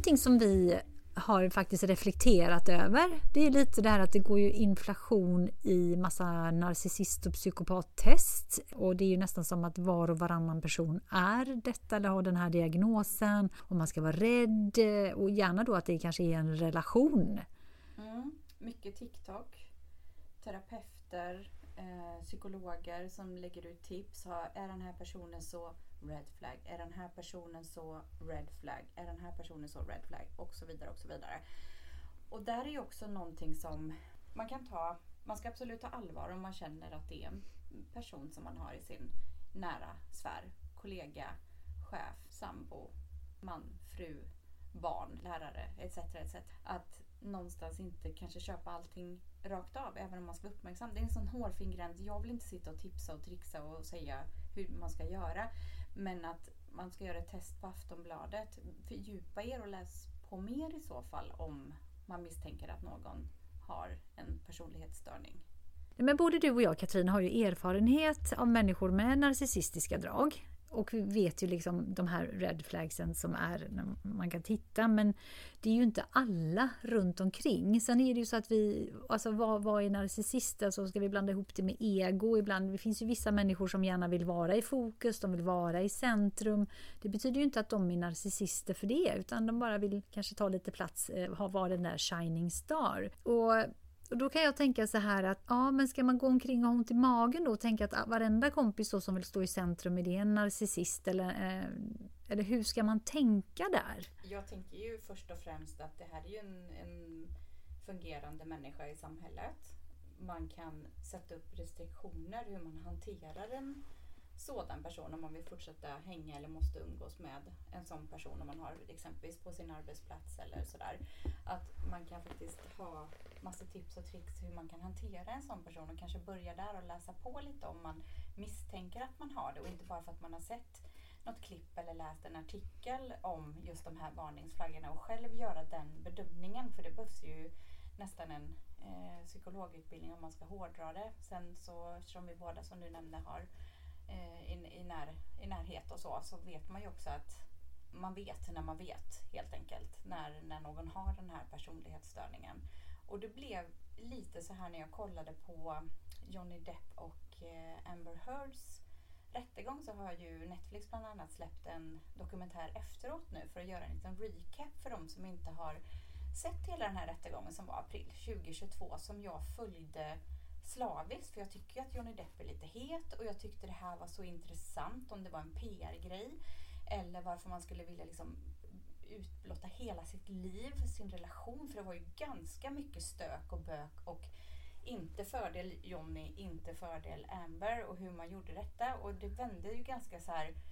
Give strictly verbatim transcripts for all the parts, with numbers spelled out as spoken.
någonting som vi har faktiskt reflekterat över, det är lite det här att det går ju inflation i massa narcissist- och psykopattest, och det är ju nästan som att var och varannan person är detta eller har den här diagnosen, och man ska vara rädd, och gärna då att det kanske är en relation. Mm, mycket TikTok, terapeuter, eh, psykologer som lägger ut tips. Har, är den här personen så red flag? Är den här personen så red flag? Är den här personen så red flag? Och så vidare och så vidare. Och där är ju också någonting som man kan ta, man ska absolut ta allvar om man känner att det är en person som man har i sin nära sfär. Kollega, chef, sambo, man, fru, barn, lärare et cetera et cetera. Att någonstans inte kanske köpa allting rakt av, även om man ska vara uppmärksam. Det är en sån hårfin gräns. Jag vill inte sitta och tipsa och trixa och säga hur man ska göra. Men att man ska göra ett test på Aftonbladet. Fördjupa er och läs på mer i så fall om man misstänker att någon har en personlighetsstörning. Men både du och jag, Katrin, har ju erfarenhet av människor med narcissistiska drag. Och vi vet ju liksom de här red flagsen som är när man kan titta. Men det är ju inte alla runt omkring. Sen är det ju så att vi, alltså vad, vad är narcissister? Så ska vi blanda ihop det med ego. Ibland, det finns ju vissa människor som gärna vill vara i fokus. De vill vara i centrum. Det betyder ju inte att de är narcissister för det. Utan de bara vill kanske ta lite plats. Ha vara den där shining star. Och Och då kan jag tänka så här att ja, men ska man gå omkring och ha ont i magen då och tänka att varenda kompis då som vill stå i centrum, är det en narcissist eller, eh, eller hur ska man tänka där? Jag tänker ju först och främst att det här är ju en, en fungerande människa i samhället. Man kan sätta upp restriktioner hur man hanterar en sådan person om man vill fortsätta hänga eller måste umgås med en sån person om man har exempelvis på sin arbetsplats eller sådär. Att man kan faktiskt ha massa tips och tricks hur man kan hantera en sån person och kanske börja där och läsa på lite om man misstänker att man har det och inte bara för att man har sett något klipp eller läst en artikel om just de här varningsflaggorna och själv göra den bedömningen, för det behövs ju nästan en eh, psykologutbildning om man ska hårdra det. Sen så som vi båda som du nämnde har I, i, när, i närhet och så, så vet man ju också att man vet när man vet helt enkelt när, när någon har den här personlighetsstörningen. Och det blev lite så här när jag kollade på Johnny Depp och eh, Amber Heards rättegång, så har ju Netflix bland annat släppt en dokumentär efteråt nu för att göra en liten recap för de som inte har sett hela den här rättegången som var april tjugohundratjugotvå, som jag följde slaviskt, för jag tycker att Johnny Depp är lite het och jag tyckte det här var så intressant, om det var en P R-grej eller varför man skulle vilja liksom utblotta hela sitt liv, sin relation, för det var ju ganska mycket stök och bök och inte fördel Johnny, inte fördel Amber och hur man gjorde detta, och det vände ju ganska så här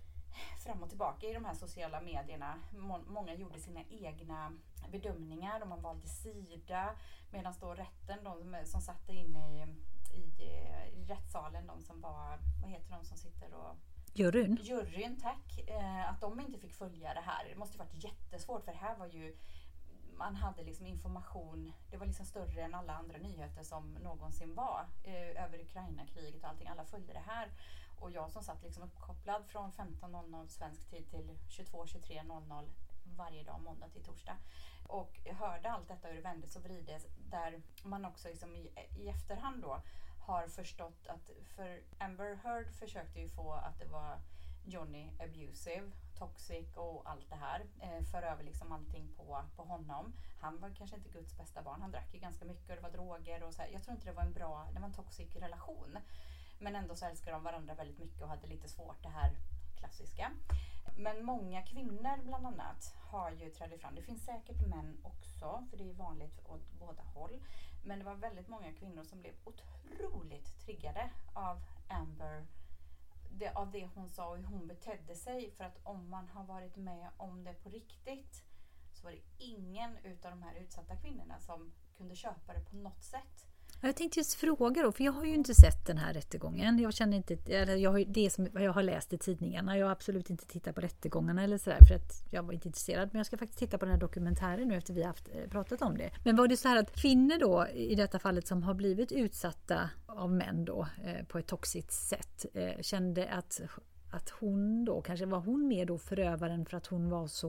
fram och tillbaka i de här sociala medierna. Må- många gjorde sina egna bedömningar och man valde sida, medan då rätten, de som satt inne i, i, i rättssalen, de som var, vad heter de som sitter och Juryn. Juryn, tack. Eh, att de inte fick följa det här. Det måste varit jättesvårt, för det här var ju, man hade liksom information, det var liksom större än alla andra nyheter som någonsin var eh, över Ukraina-kriget och allting. Alla följde det här. Och jag som satt liksom uppkopplad från femton noll noll svensk tid till tjugotvå tjugotre noll noll varje dag, måndag till torsdag. Och jag hörde allt detta hur det vändes och vrides, där man också liksom i, i efterhand då har förstått att, för Amber Heard försökte ju få att det var Johnny abusive, toxic och allt det här. Eh, för över liksom allting på, på honom. Han var kanske inte Guds bästa barn, han drack ju ganska mycket och det var droger och så här. Jag tror inte det var en bra, det var en toxic relation. Men ändå så älskar de varandra väldigt mycket och hade lite svårt det här klassiska. Men många kvinnor bland annat har ju trätt fram. Det finns säkert män också, för det är vanligt åt båda håll. Men det var väldigt många kvinnor som blev otroligt triggade av Amber. Det, av det hon sa och hur hon betedde sig. För att om man har varit med om det på riktigt, så var det ingen utav de här utsatta kvinnorna som kunde köpa det på något sätt. Jag tänkte just fråga då, för jag har ju inte sett den här rättegången. Jag känner inte, eller jag har, det som jag har läst i tidningarna. Jag har absolut inte tittat på rättegångarna eller sådär, för att jag var inte intresserad. Men jag ska faktiskt titta på den här dokumentären nu efter vi har haft, pratat om det. Men var det så här att kvinnor då, i detta fallet som har blivit utsatta av män då, eh, på ett toxiskt sätt, eh, kände att, att hon då, kanske var hon mer då förövaren för att hon var så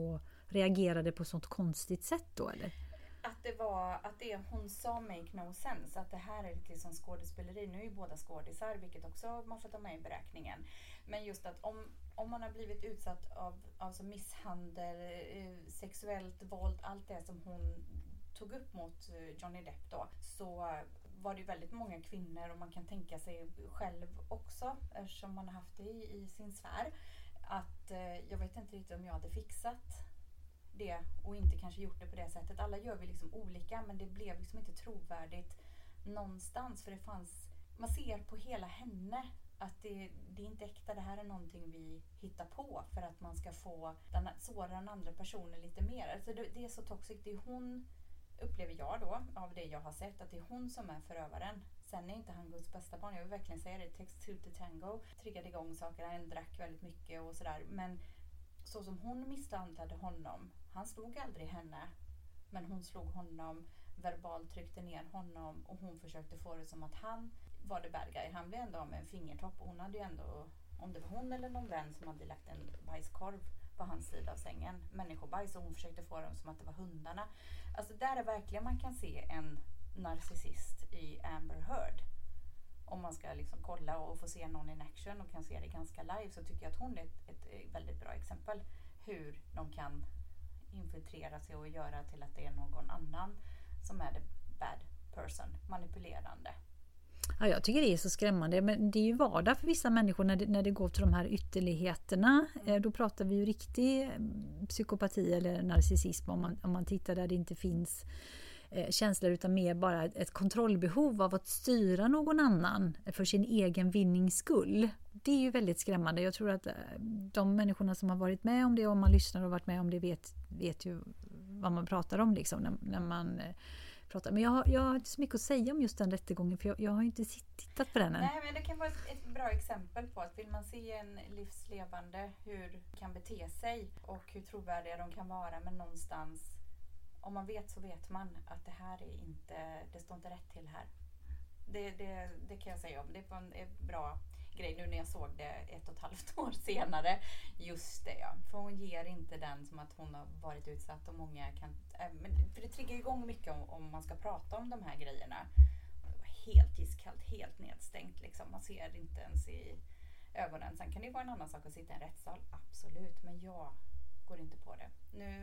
reagerade på sånt konstigt sätt då, eller? Att det var, att det hon sa make no sense, att det här är lite som skådespeleri. Nu är ju båda skådisar, vilket också man får ta med i beräkningen. Men just att om, om man har blivit utsatt av alltså misshandel, eh, sexuellt våld, allt det som hon tog upp mot Johnny Depp då, så var det ju väldigt många kvinnor, och man kan tänka sig själv också, eftersom man har haft det i, i sin sfär, att eh, jag vet inte riktigt om jag hade fixat det och inte kanske gjort det på det sättet. Alla gör vi liksom olika, men det blev liksom inte trovärdigt någonstans, för det fanns, man ser på hela henne att det, det är inte äkta, det här är någonting vi hittar på för att man ska få den, såra den andra personen lite mer. Alltså det, det är så toxic, det är hon, upplever jag då, av det jag har sett, att det är hon som är förövaren. Sen är inte han Guds bästa barn, jag vill verkligen säga det, it takes two to tango, triggade igång saker, han drack väldigt mycket och sådär, men så som hon misshandlade honom, han slog aldrig henne, men hon slog honom, verbalt tryckte ner honom, och hon försökte få det som att han var det bad guy. Han blev ändå med en fingertopp, och hon hade ju ändå, om det var hon eller någon vän som hade lagt en bajskorv på hans sida av sängen, människobajs, och hon försökte få dem som att det var hundarna. Alltså där är verkligen man kan se en narcissist i Amber Heard. Om man ska liksom kolla och få se någon in action och kan se det ganska live, så tycker jag att hon är ett, ett väldigt bra exempel hur de kan infiltrera sig och göra till att det är någon annan som är the bad person, manipulerande. Ja, jag tycker det är så skrämmande, men det är ju vardag för vissa människor när det, när det går till de här ytterligheterna. Mm. Då pratar vi ju riktig psykopati eller narcissism, om man, om man tittar där det inte finns eh, känslor, utan mer bara ett kontrollbehov av att styra någon annan för sin egen vinnings skull. Det är ju väldigt skrämmande. Jag tror att de människorna som har varit med om det, om man lyssnar och varit med om det, vet, vet ju vad man pratar om liksom, när, när man eh, pratar. Men jag har, jag har inte så mycket att säga om just den rättegången, för jag, jag har inte tittat på den än. Nej, men det kan vara ett, ett bra exempel på att vill man se en livslevande hur kan bete sig och hur trovärdiga de kan vara, men någonstans, om man vet så vet man att det här är inte, det står inte rätt till här. Det, det, det kan jag säga om. Det är en, en bra grej nu när jag såg det ett och ett halvt år senare. Just det, ja. För hon ger inte den som att hon har varit utsatt, och många kan, äh, för det triggar igång mycket om, om man ska prata om de här grejerna. Helt iskallt, helt nedstängt liksom. Man ser inte ens i ögonen. Sen kan det vara en annan sak att sitta i en rättssal, absolut, men jag går inte på det. Nu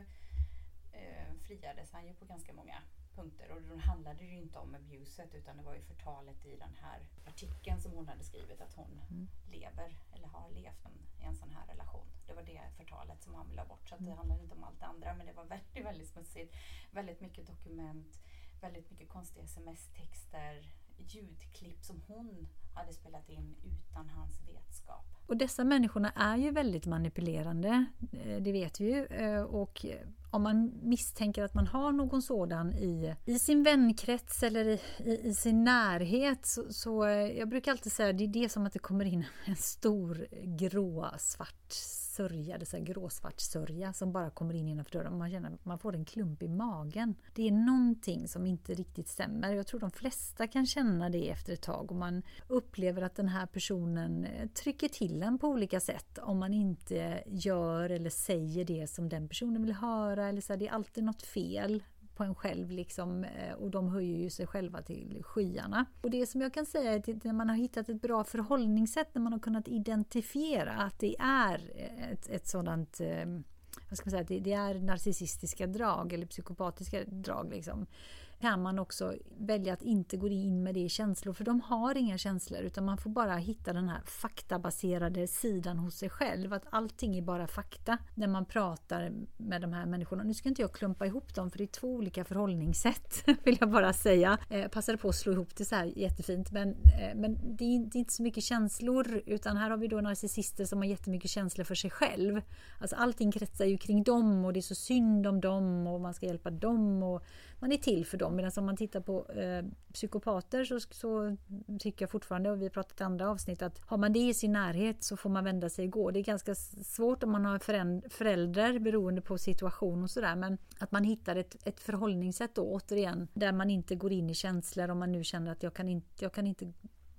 eh, friades han ju på ganska måga punkter, och då handlade det ju inte om abuset, utan det var ju förtalet i den här artikeln som hon hade skrivit, att hon mm. lever eller har levt en, i en sån här relation. Det var det förtalet som han ville ha bort, så att det handlade inte om allt det andra, men det var väldigt, väldigt smutsigt. Väldigt mycket dokument, väldigt mycket konstiga sms-texter, ljudklipp som hon hade spelat in utan hans vetskap. Och dessa människorna är ju väldigt manipulerande, det vet vi ju. Och om man misstänker att man har någon sådan i, i sin vänkrets eller i, i, i sin närhet, så, så jag brukar alltid säga att det är det som att det kommer in en stor grå svart sörja, det är gråsvart sörja som bara kommer in innanför dörren. Man känner, man får en klump i magen. Det är någonting som inte riktigt stämmer. Jag tror de flesta kan känna det efter ett tag, och man upplever att den här personen trycker till en på olika sätt om man inte gör eller säger det som den personen vill höra, eller så här, det är alltid något fel på en själv liksom, och de höjer ju sig själva till skyarna. Och det som jag kan säga är att när man har hittat ett bra förhållningssätt, när man har kunnat identifiera att det är ett, ett sådant, vad ska man säga, det, det är narcissistiska drag eller psykopatiska drag liksom, kan man också välja att inte gå in med det i känslor, för de har inga känslor, utan man får bara hitta den här faktabaserade sidan hos sig själv, att allting är bara fakta när man pratar med de här människorna. Nu ska inte jag klumpa ihop dem, för det är två olika förhållningssätt vill jag bara säga. Eh, passade på att slå ihop det så här jättefint, men, eh, men det, är, det är inte så mycket känslor, utan här har vi då narcissister som har jättemycket känslor för sig själv. Alltså allting kretsar ju kring dem, och det är så synd om dem, och man ska hjälpa dem, och man är till för dem. Medan om man tittar på eh, psykopater så, så tycker jag fortfarande, och vi har pratat i andra avsnitt, att har man det i sin närhet så får man vända sig och gå. Det är ganska svårt om man har föränd- föräldrar beroende på situation och sådär, men att man hittar ett, ett förhållningssätt då, återigen, där man inte går in i känslor, om man nu känner att jag kan inte, jag kan inte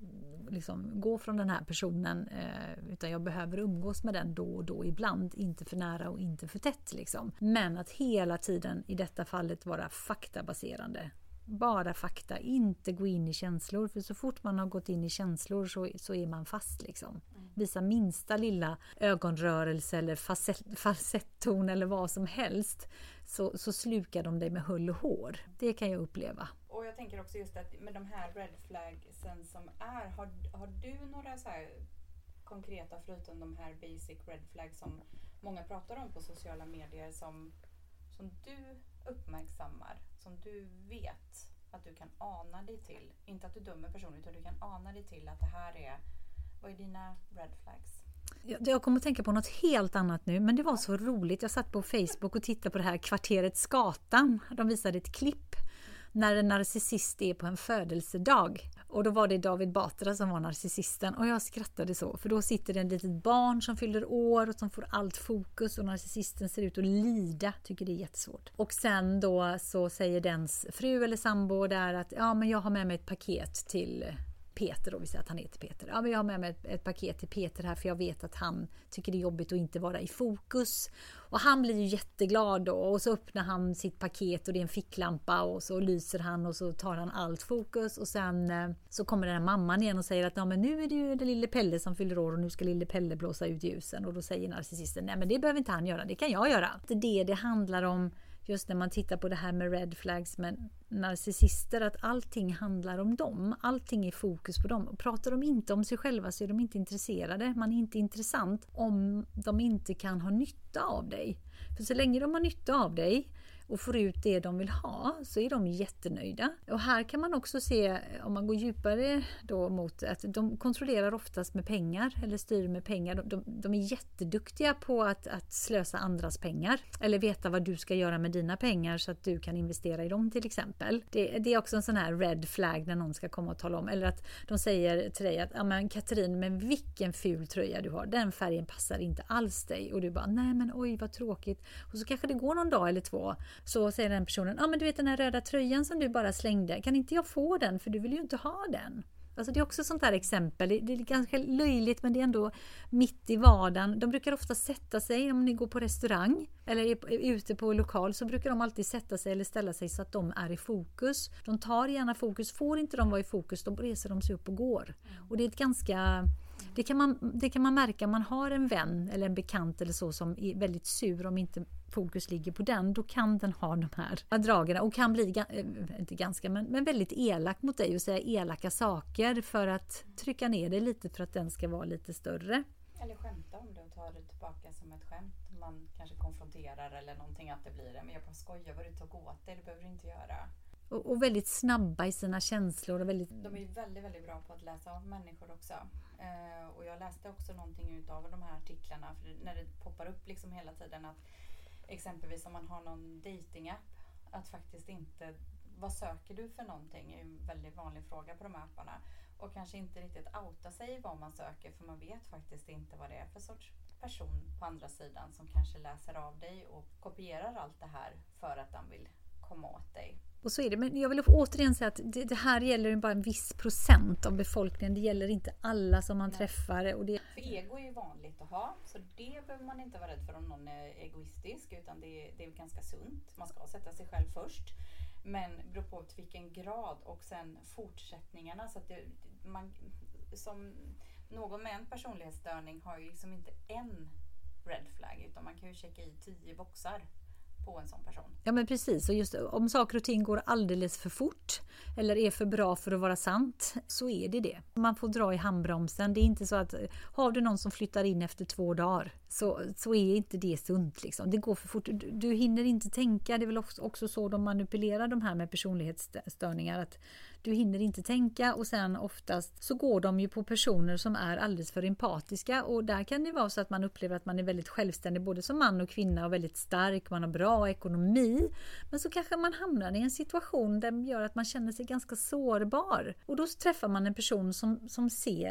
liksom gå från den här personen, eh, utan jag behöver umgås med den då och då ibland, inte för nära och inte för tätt liksom. Men att hela tiden i detta fallet vara faktabaserande. Bara fakta, inte gå in i känslor, för så fort man har gått in i känslor så, så är man fast liksom. Visa minsta lilla ögonrörelse eller falsetton eller vad som helst, så, så slukar de dig med hull och hår. Det kan jag uppleva. Och jag tänker också just att med de här red flagsen som är, har, har du några så här konkreta, förutom de här basic red flags som många pratar om på sociala medier, som, som du uppmärksammar, som du vet att du kan ana dig till, inte att du dömer personen, utan du kan ana dig till att det här är, vad är dina red flags? Jag, jag kommer att tänka på något helt annat nu, men det var så roligt. Jag satt på Facebook och tittade på det här kvarteret Skatan. De visade ett klipp när en narcissist är på en födelsedag. Och då var det David Batra som var narcissisten. Och jag skrattade så. För då sitter det en litet barn som fyller år och som får allt fokus. Och narcissisten ser ut att lida. Tycker det är jättesvårt. Och sen då så säger dens fru eller sambo där att ja, men jag har med mig ett paket till Peter, och vi säger att han heter Peter. Ja, men jag har med mig ett, ett paket till Peter här, för jag vet att han tycker det är jobbigt att inte vara i fokus. Och han blir ju jätteglad då, och så öppnar han sitt paket och det är en ficklampa och så lyser han och så tar han allt fokus, och sen eh, så kommer den här mamman igen och säger att ja, men nu är det ju den lille Pelle som fyller år och nu ska lille Pelle blåsa ut ljusen, och då säger narcissisten nej, men det behöver inte han göra, det kan jag göra. Det är det det handlar om. Just när man tittar på det här med red flags med narcissister, att allting handlar om dem. Allting är fokus på dem. Och pratar de inte om sig själva så är de inte intresserade. Man är inte intressant om de inte kan ha nytta av dig. För så länge de har nytta av dig och får ut det de vill ha, så är de jättenöjda. Och här kan man också se, om man går djupare då, mot att de kontrollerar oftast med pengar eller styr med pengar. De, de, de är jätteduktiga på att, att slösa andras pengar eller veta vad du ska göra med dina pengar så att du kan investera i dem till exempel. Det, det är också en sån här red flag när någon ska komma och tala om, eller att de säger till dig att ja, men Katrin, men vilken ful tröja du har, den färgen passar inte alls dig, och du bara nej men oj vad tråkigt, och så kanske det går någon dag eller två. Så säger den personen, ja ah, men du vet den här röda tröjan som du bara slängde, kan inte jag få den, för du vill ju inte ha den. Alltså det är också sånt här exempel, det är ganska löjligt men det är ändå mitt i vardagen. De brukar ofta sätta sig, om ni går på restaurang eller är ute på lokal, så brukar de alltid sätta sig eller ställa sig så att de är i fokus. De tar gärna fokus, får inte de vara i fokus, då reser de sig upp och går. Och det är ett ganska... Det kan, man, det kan man märka om man har en vän eller en bekant eller så som är väldigt sur, om inte fokus ligger på den, då kan den ha de här dragen och kan bli, inte ganska, men, men väldigt elak mot dig och säga elaka saker för att trycka ner dig lite för att den ska vara lite större. Eller skämta om det och ta det tillbaka som ett skämt. Man kanske konfronterar eller någonting, att det blir det. Men jag bara skojar, vad du tog åt dig, det behöver du inte göra. Och, och väldigt snabba i sina känslor. Och väldigt... De är ju väldigt, väldigt bra på att läsa av människor också. Eh, och jag läste också någonting utav de här artiklarna. För när det poppar upp liksom hela tiden att exempelvis om man har någon datingapp, att faktiskt inte, vad söker du för någonting är en väldigt vanlig fråga på de här apparna. Och kanske inte riktigt outa sig vad man söker, för man vet faktiskt inte vad det är för sorts person på andra sidan som kanske läser av dig och kopierar allt det här för att den vill komma åt dig. Och så är det, men jag vill återigen säga att det, det här gäller bara en viss procent av befolkningen. Det gäller inte alla som man Nej. träffar. Och det... För ego är ju vanligt att ha, så det behöver man inte vara rädd för om någon är egoistisk, utan det, det är ganska sunt. Man ska sätta sig själv först, men beror på till vilken grad och sen fortsättningarna. Så att det, man, som någon med en personlighetsstörning har ju liksom inte en red flag, utan man kan ju checka i tio boxar på en sån person. Ja men precis, och just om saker och ting går alldeles för fort eller är för bra för att vara sant, så är det det. Man får dra i handbromsen. Det är inte så att har du någon som flyttar in efter två dagar så, så är inte det sunt liksom. Det går för fort. Du, du hinner inte tänka. Det är väl också så de manipulerar de här med personlighetsstörningar, att du hinner inte tänka, och sen oftast så går de ju på personer som är alldeles för empatiska, och där kan det vara så att man upplever att man är väldigt självständig både som man och kvinna och väldigt stark, man har bra ekonomi, men så kanske man hamnar i en situation där det gör att man känner sig ganska sårbar, och då träffar man en person som, som ser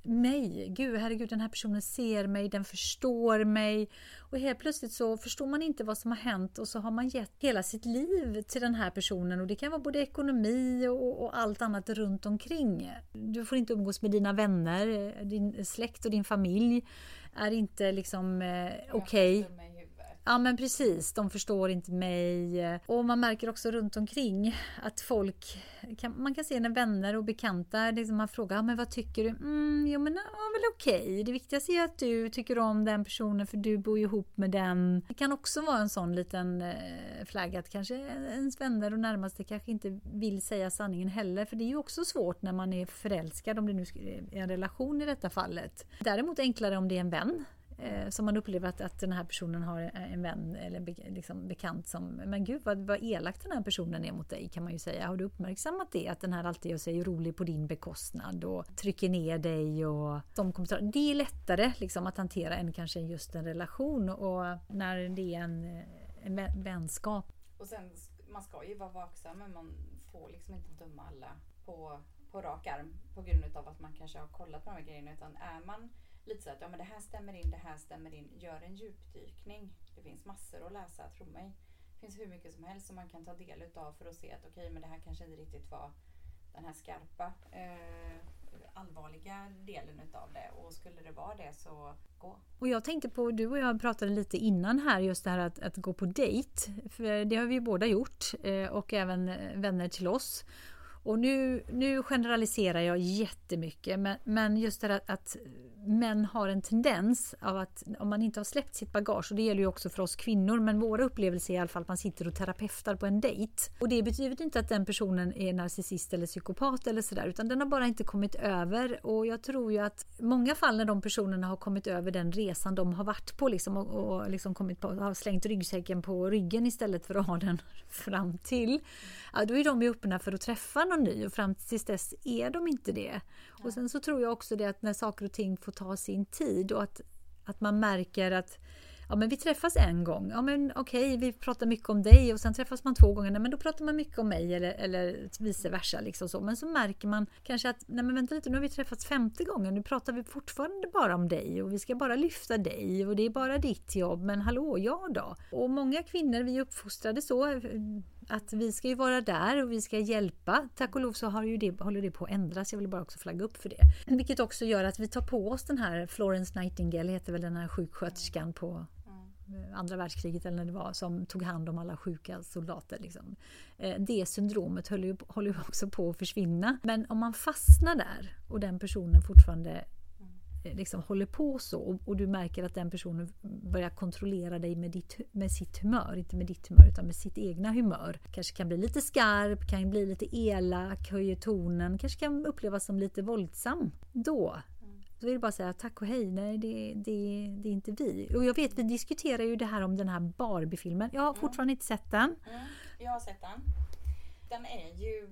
mig. Gud, herregud, den här personen ser mig, den förstår mig. Och helt plötsligt så förstår man inte vad som har hänt och så har man gett hela sitt liv till den här personen. Och det kan vara både ekonomi och, och allt annat runt omkring. Du får inte umgås med dina vänner, din släkt och din familj är inte liksom eh, okej. Okay. Ja men precis, de förstår inte mig. Och man märker också runt omkring att folk, kan, man kan se när vänner och bekanta liksom man frågar, ah, men vad tycker du? Mm, jo men ja, väl okej. Okay. Det viktigaste är att du tycker om den personen för du bor ihop med den. Det kan också vara en sån liten eh, flagga att kanske ens vänner och närmaste kanske inte vill säga sanningen heller. För det är ju också svårt när man är förälskad, om det nu är en relation i detta fallet. Däremot enklare om det är en vän. Eh, som man upplever att, att den här personen har en vän eller be, liksom bekant som, men gud vad, vad elak den här personen är mot dig kan man ju säga. Har du uppmärksammat det? Att den här alltid gör sig rolig på din bekostnad och trycker ner dig och de kommentarer. Det är lättare liksom, att hantera än kanske just en relation och när det är en, en vänskap. Och sen, man ska ju vara vaksam men man får liksom inte döma alla på, på rak arm på grund av att man kanske har kollat på de här grejerna, utan är man lite så att ja, men det här stämmer in, det här stämmer in. Gör en djupdykning. Det finns massor att läsa, tro mig. Det finns hur mycket som helst som man kan ta del av för att se att okej, okay, men det här kanske inte riktigt var den här skarpa, eh, allvarliga delen utav det. Och skulle det vara det så gå. Och jag tänkte på, du och jag pratade lite innan här, just det här att, att gå på dejt. För det har vi ju båda gjort eh, och även vänner till oss. Och nu, nu generaliserar jag jättemycket, men, men just det att, att män har en tendens av att om man inte har släppt sitt bagage, och det gäller ju också för oss kvinnor, men våra upplevelser är i alla fall att man sitter och terapeutar på en dejt. Och det betyder inte att den personen är narcissist eller psykopat eller sådär, utan den har bara inte kommit över. Och jag tror ju att många fall när de personerna har kommit över den resan de har varit på liksom, och, och liksom kommit på, har slängt ryggsäcken på ryggen istället för att ha den fram till, ja, då är de ju öppna för att träffa någon ny, och fram tills dess är de inte det. Ja. Och sen så tror jag också det att när saker och ting får ta sin tid och att, att man märker att ja, men vi träffas en gång, ja men okej, vi pratar mycket om dig, och sen träffas man två gånger, nej, men då pratar man mycket om mig eller, eller vice versa liksom så. Men så märker man kanske att nej men vänta lite, nu har vi träffats femte gången, nu pratar vi fortfarande bara om dig och vi ska bara lyfta dig och det är bara ditt jobb, men hallå, ja då. Och många kvinnor, vi är uppfostrade så att vi ska ju vara där och vi ska hjälpa. Tack och lov så har ju det, håller det på att ändras. Jag vill bara också flagga upp för det. Vilket också gör att vi tar på oss den här Florence Nightingale, heter väl den här sjuksköterskan på andra världskriget eller när det var, som tog hand om alla sjuka soldater. Liksom. Det syndromet håller ju, håller ju också på att försvinna. Men om man fastnar där och den personen fortfarande liksom håller på så, och, och du märker att den personen börjar kontrollera dig med, ditt, med sitt humör, inte med ditt humör utan med sitt egna humör. Kanske kan bli lite skarp, kan bli lite elak, höjer tonen, kanske kan upplevas som lite våldsam. Då Så vill jag bara säga tack och hej, nej det, det, det är inte vi. Och jag vet, vi diskuterar ju det här om den här Barbie-filmen. Jag har mm. fortfarande inte sett den. Mm. Jag har sett den. Den är ju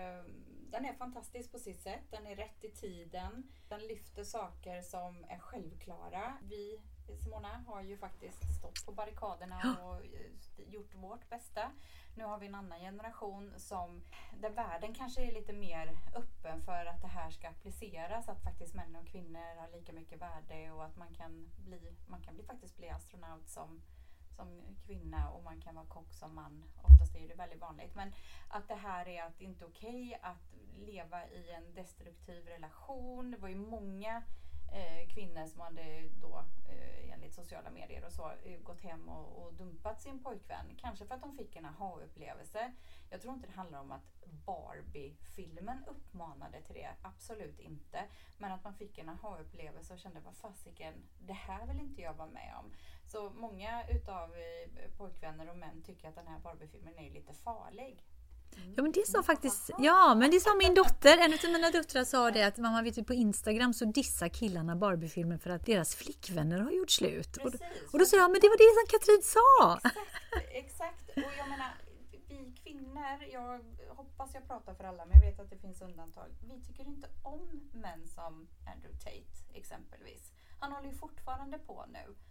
den är fantastisk på sitt sätt. Den är rätt i tiden. Den lyfter saker som är självklara. Vi, Simona, har ju faktiskt stått på barrikaderna och gjort vårt bästa. Nu har vi en annan generation som, där världen kanske är lite mer öppen för att det här ska appliceras, att faktiskt män och kvinnor har lika mycket värde och att man kan bli, man kan bli, faktiskt bli astronaut som, som kvinna och man kan vara kock som man. Oftast är det väldigt vanligt, men att det här är att det inte är okej att leva i en destruktiv relation. Det var ju många Eh, kvinnor som hade då eh, enligt sociala medier och så eh, gått hem och, och dumpat sin pojkvän. Kanske för att de fick en aha-upplevelse. Jag tror inte det handlar om att Barbie-filmen uppmanade till det. Absolut inte. Men att man fick en aha-upplevelse och kände, vad fasiken, det här vill inte jag vara med om. Så många utav eh, pojkvänner och män tycker att den här Barbie-filmen är lite farlig. Mm. Ja men det sa faktiskt, ja men det sa min dotter, en av mina döttrar sa det att mamma vet ju på Instagram så dissar killarna Barbie-filmen för att deras flickvänner har gjort slut. Och, och då sa jag, men det var det som Katrin sa. Exakt, exakt. Och jag menar, vi kvinnor, jag hoppas jag pratar för alla men jag vet att det finns undantag. Vi tycker inte om män som Andrew Tate exempelvis. Han håller ju fortfarande på nu.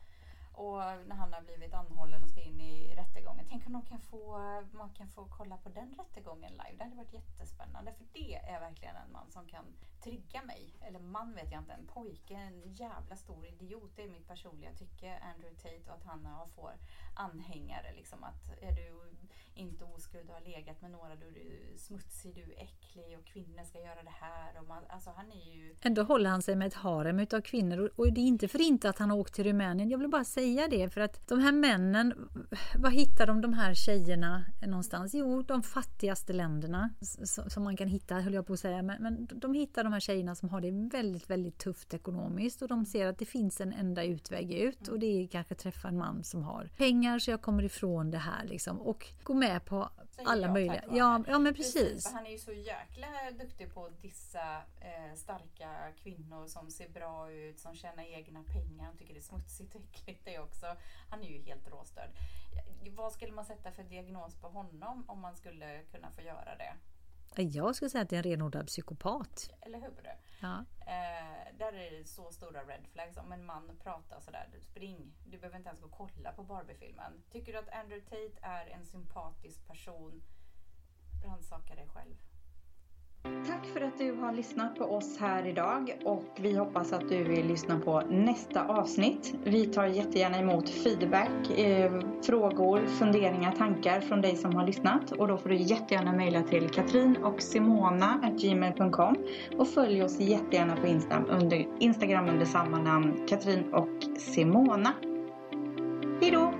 Och när han har blivit anhållen och ska in i rättegången. Tänk om de kan få, man kan få kolla på den rättegången live. Det hade varit jättespännande. För det är verkligen en man som kan trigga mig. Eller man vet jag inte, en pojke, en jävla stor idiot. Det är mitt personliga tycke, Andrew Tate. Och att han får anhängare. Liksom, att är du inte oskuld och har legat med några, då är du smutsig, du är äcklig och kvinnor ska göra det här. Och man, alltså han är ju... Ändå håller han sig med ett harem utav kvinnor, och det är inte för inte att han har åkt till Rumänien. Jag vill bara säga det, för att de här männen, vad hittar de de här tjejerna någonstans? Jo, de fattigaste länderna som man kan hitta, höll jag på att säga, men, men de hittar de här tjejerna som har det väldigt, väldigt tufft ekonomiskt, och de ser att det finns en enda utväg ut, och det är kanske träffa en man som har pengar så jag kommer ifrån det här liksom, och gå med på alla möjliga. Ja, ja, men precis. precis. Han är ju så jäkla duktig på att dissa eh, starka kvinnor som ser bra ut, som tjänar egna pengar. Han tycker det är smutsigt och äckligt det också. Han är ju helt råstörd. Vad skulle man sätta för diagnos på honom om man skulle kunna få göra det? Jag skulle säga att det är en renodlad psykopat. Eller hur? Ja. Eh, där är det så stora red flags. Om en man pratar sådär, spring. Du behöver inte ens gå och kolla på Barbie-filmen. Tycker du att Andrew Tate är en sympatisk person? Rannsaka dig själv. Tack för att du har lyssnat på oss här idag, och vi hoppas att du vill lyssna på nästa avsnitt. Vi tar jättegärna emot feedback, eh, frågor, funderingar, tankar från dig som har lyssnat, och då får du jättegärna mejla till katrin och simona at gmail dot com och följ oss jättegärna på Instagram under, Instagram under samma namn, Katrin och Simona. Hej då!